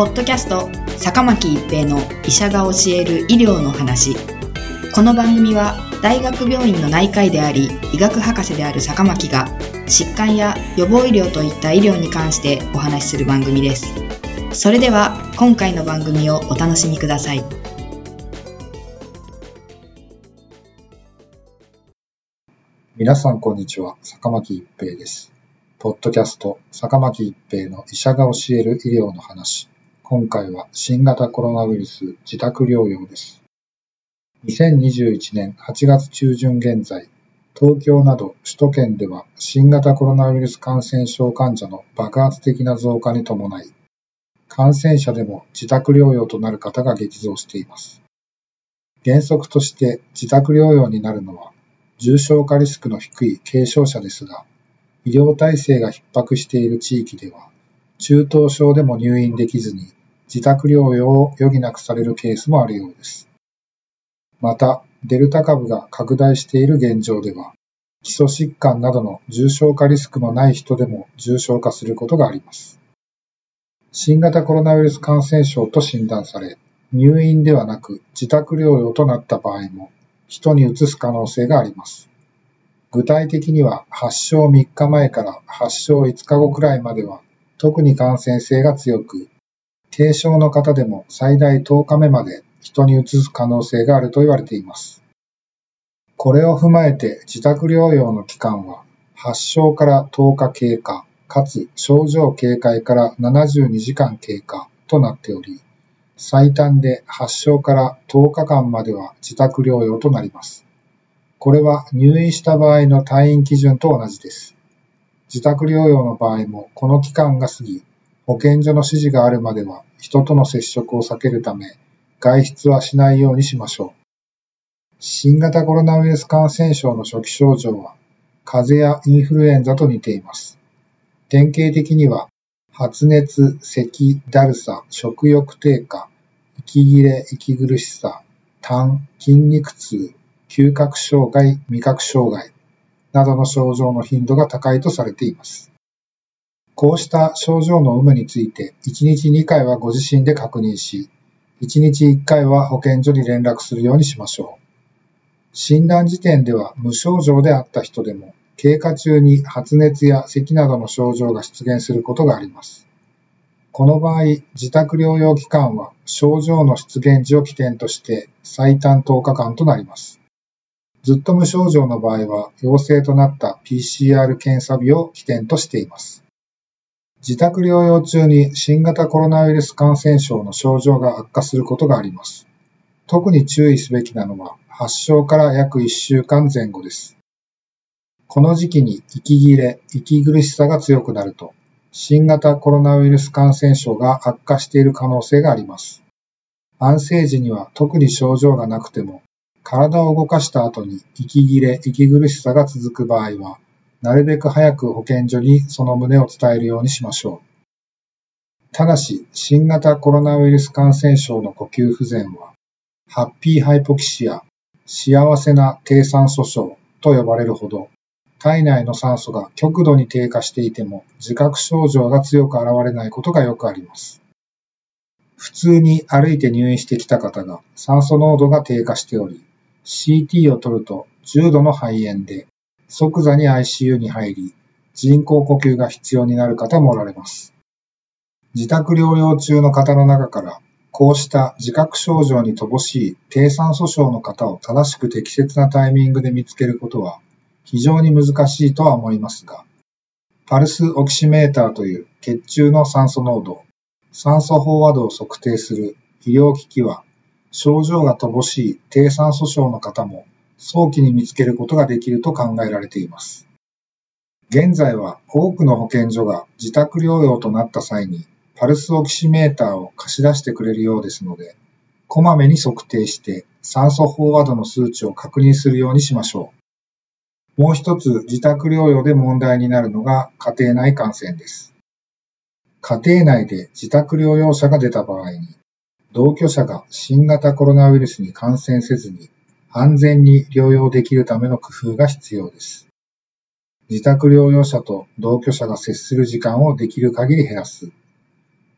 ポッドキャスト坂巻一平の医者が教える医療の話。この番組は大学病院の内科医であり医学博士である坂巻が疾患や予防医療といった医療に関してお話しする番組です。それでは今回の番組をお楽しみください。 皆さんこんにちは、坂巻一平です。ポッドキャスト坂巻一平の医者が教える医療の話。今回は新型コロナウイルス自宅療養です。2021年8月中旬現在、東京など首都圏では新型コロナウイルス感染症患者の爆発的な増加に伴い、感染者でも自宅療養となる方が激増しています。原則として自宅療養になるのは重症化リスクの低い軽症者ですが、医療体制が逼迫している地域では、中等症でも入院できずに自宅療養を余儀なくされるケースもあるようです。また、デルタ株が拡大している現状では、基礎疾患などの重症化リスクのない人でも重症化することがあります。新型コロナウイルス感染症と診断され、入院ではなく自宅療養となった場合も、人にうつす可能性があります。具体的には発症3日前から発症5日後くらいまでは特に感染性が強く、軽症の方でも最大10日目まで人にうつす可能性があると言われています。これを踏まえて自宅療養の期間は発症から10日経過、かつ症状軽快から72時間経過となっており、最短で発症から10日間までは自宅療養となります。これは入院した場合の退院基準と同じです。自宅療養の場合もこの期間が過ぎ、保健所の指示があるまでは人との接触を避けるため、外出はしないようにしましょう。新型コロナウイルス感染症の初期症状は、風邪やインフルエンザと似ています。典型的には、発熱、咳、だるさ、食欲低下、息切れ、息苦しさ、痰、筋肉痛、嗅覚障害、味覚障害などの症状の頻度が高いとされています。こうした症状の有無について、1日2回はご自身で確認し、1日1回は保健所に連絡するようにしましょう。診断時点では無症状であった人でも、経過中に発熱や咳などの症状が出現することがあります。この場合、自宅療養期間は症状の出現時を起点として最短10日間となります。ずっと無症状の場合は陽性となった PCR 検査日を起点としています。自宅療養中に新型コロナウイルス感染症の症状が悪化することがあります。特に注意すべきなのは発症から約1週間前後です。この時期に息切れ、息苦しさが強くなると、新型コロナウイルス感染症が悪化している可能性があります。安静時には特に症状がなくても、体を動かした後に息切れ、息苦しさが続く場合は、なるべく早く保健所にその旨を伝えるようにしましょう。ただし、新型コロナウイルス感染症の呼吸不全は、ハッピーハイポキシア、幸せな低酸素症と呼ばれるほど、体内の酸素が極度に低下していても自覚症状が強く現れないことがよくあります。普通に歩いて入院してきた方が酸素濃度が低下しており、CT を取ると重度の肺炎で即座に ICU に入り、人工呼吸が必要になる方もおられます。自宅療養中の方の中から、こうした自覚症状に乏しい低酸素症の方を正しく適切なタイミングで見つけることは非常に難しいとは思いますが、パルスオキシメーターという血中の酸素濃度、酸素飽和度を測定する医療機器は、症状が乏しい低酸素症の方も早期に見つけることができると考えられています。現在は多くの保健所が自宅療養となった際にパルスオキシメーターを貸し出してくれるようですので、こまめに測定して酸素飽和度の数値を確認するようにしましょう。もう一つ自宅療養で問題になるのが家庭内感染です。家庭内で自宅療養者が出た場合に、同居者が新型コロナウイルスに感染せずに安全に療養できるための工夫が必要です。自宅療養者と同居者が接する時間をできる限り減らす。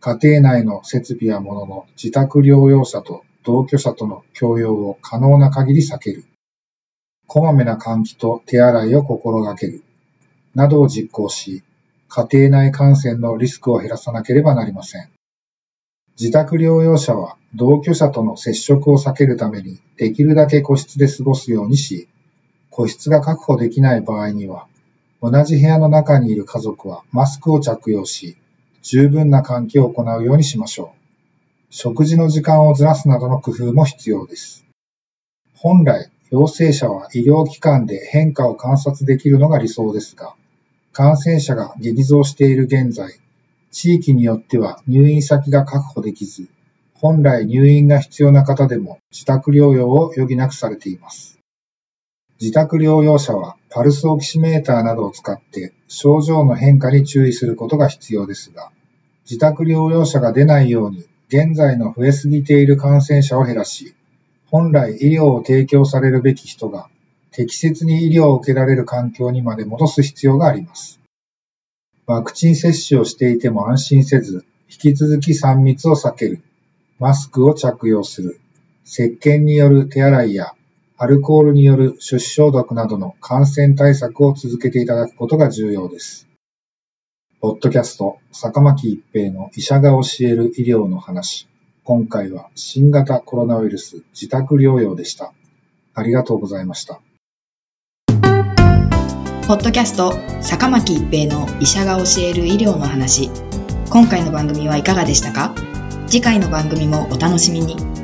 家庭内の設備や物の自宅療養者と同居者との共用を可能な限り避ける。こまめな換気と手洗いを心がける。などを実行し、家庭内感染のリスクを減らさなければなりません。自宅療養者は同居者との接触を避けるためにできるだけ個室で過ごすようにし、個室が確保できない場合には、同じ部屋の中にいる家族はマスクを着用し、十分な換気を行うようにしましょう。食事の時間をずらすなどの工夫も必要です。本来、陽性者は医療機関で変化を観察できるのが理想ですが、感染者が激増している現在、地域によっては入院先が確保できず、本来入院が必要な方でも自宅療養を余儀なくされています。自宅療養者はパルスオキシメーターなどを使って症状の変化に注意することが必要ですが、自宅療養者が出ないように現在の増えすぎている感染者を減らし、本来医療を提供されるべき人が適切に医療を受けられる環境にまで戻す必要があります。ワクチン接種をしていても安心せず、引き続き3密を避ける、マスクを着用する、石鹸による手洗いやアルコールによる手指消毒などの感染対策を続けていただくことが重要です。ポッドキャスト、坂巻一平の医者が教える医療の話。今回は新型コロナウイルス自宅療養でした。ありがとうございました。 ポッドキャスト、坂巻一平の医者が教える医療の話。今回の番組はいかがでしたか？次回の番組もお楽しみに。